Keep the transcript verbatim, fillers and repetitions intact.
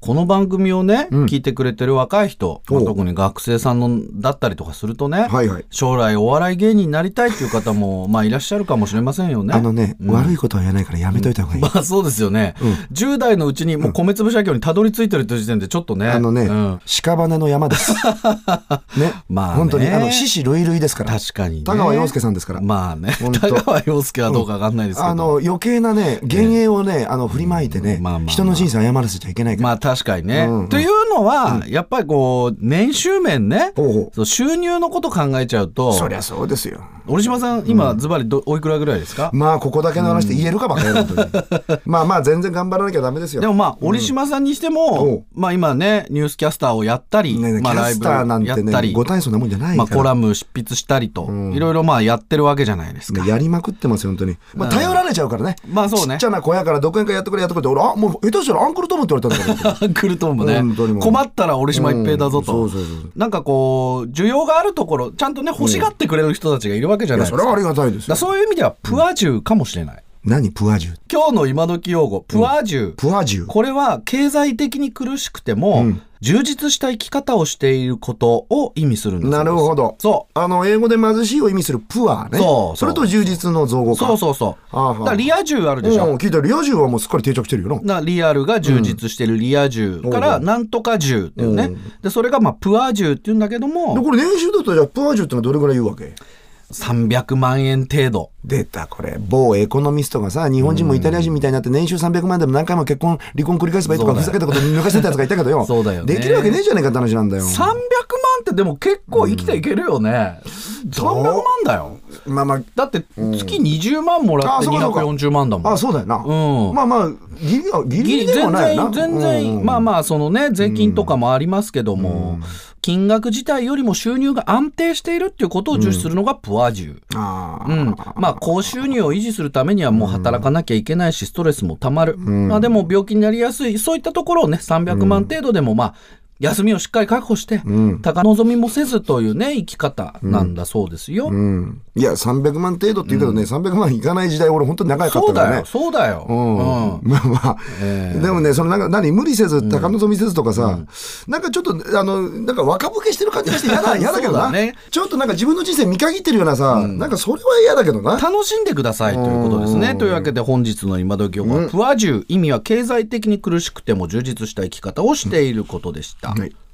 この番組をね、 うん、 聞いてくれてる若い人、まあ、特に学生さんのだったりとかするとね、はいはい、将来お笑い芸人になりたいっていう方もまあいらっしゃるかもしれませんよね。 あのね、うん、悪いことは言わないからやめといた方がいい、 うん、まあそうですよね、うん、じゅう代のうちにもう米粒社協にたどり着いてるという時点でちょっとね、 あのね、うん、屍の山ですね、まあね、本当にあの獅子類類ですから。 確かにね、 田川陽介さんですから。 まあね、田川陽介はどうか分かんないですけど、 うん、あの余計なね幻影をね、あの振りまいてね、うんまあまあまあ、人の人生謝らせちゃいけないから。 まあ確かにね、うんうん、というのは、うん、やっぱりこう年収面ね、ほうほう、そう収入のこと考えちゃうと、 そりゃそうですよ。 折島さん今ズバリおいくらぐらいですか？ まあここだけの話で言えるかばっかり、うん、まあまあ全然頑張らなきゃダメですよ。 でもまあ折島さんにしても、うん、まあ今ねニュースキャスターをやったり、 ね、 まあ、 キャスターなんてねご大層なもんじゃないから、 まあ、コラム執筆したりと、うん、いろいろまあやってるわけじゃないですか。 やりまくってますよ本当に、まあ、頼られちゃうからね、うん、まあそうね、ちっちゃな小屋から独演会やってくれやってくれって、俺あもう下手したらアンクルトムって言われたんだからアンクルトムね、困ったら折島一平だぞと、うん、そうそうそう、なんかこう需要があるところちゃんとね欲しがってくれる人たちがいるわけじゃないですか、 うん、いやそれはありがたいですよ。 だそういう意味ではプア充かもしれない、 うん、何プア充？ 今日の今時用語プア充、うん、 プア充、 これは経済的に苦しくても、うん、充実した生き方をしていることを意味するんです。 なるほど。 そうあの英語で貧しいを意味するプアね。そうそう、それと充実の造語か。 そうそうそう。ああ、だからリア充あるでしょ。 うん、聞いたらリア充はもうすっかり定着してるよな。 だリアルが充実してるリア充からなんとか充っていうね、うん、でそれがまあプア充っていうんだけども、 でこれ年収だとじゃあプア充ってのはどれぐらい言うわけ？ さんびゃくまんえん程度。 出たこれ某エコノミストがさ、日本人もイタリア人みたいになって年収さんびゃくまんでも何回も結婚離婚繰り返せばいいとかふざけたこと抜かしてたやつがいたけどよそうだよね、 できるわけねえじゃねえかって話なんだよ。 さんびゃくまんってでも結構生きていけるよね、うん、さんびゃくまんだよ。まあまあ、だって月にじゅうまんもらってにひゃくよんじゅうまんだもん。 あ、そうだよな、うん、まあまあギリギリギリでもないよな。 全然全然、うん、まあまあそのね税金とかもありますけども、うん、金額自体よりも収入が安定しているっていうことを重視するのがプア充、うん、あ、うん、まあ高収入を維持するためにはもう働かなきゃいけないしストレスもたまる、うん、まあ、でも病気になりやすいそういったところをねさんびゃくまん程度でもまあ休みをしっかり確保して、うん、高望みもせずというね生き方なんだそうですよ、うんうん、 いやさんびゃくまん程度って言うけどね、うん、さんびゃくまんいかない時代俺本当に長かったからね。 そうだよそうだよ、うんうん、まあまあ、えー、でもねそのなんか何無理せず高望みせずとかさ、うん、なんかちょっとあのなんか若ぶけしてる感じがして嫌だ嫌だけどなね、ちょっとなんか自分の人生見限ってるようなさ、うん、なんかそれは嫌だけどな。楽しんでくださいということですね。というわけで本日の今時用語は、うん、プア充、意味は経済的に苦しくても充実した生き方をしていることでした、うん、はい。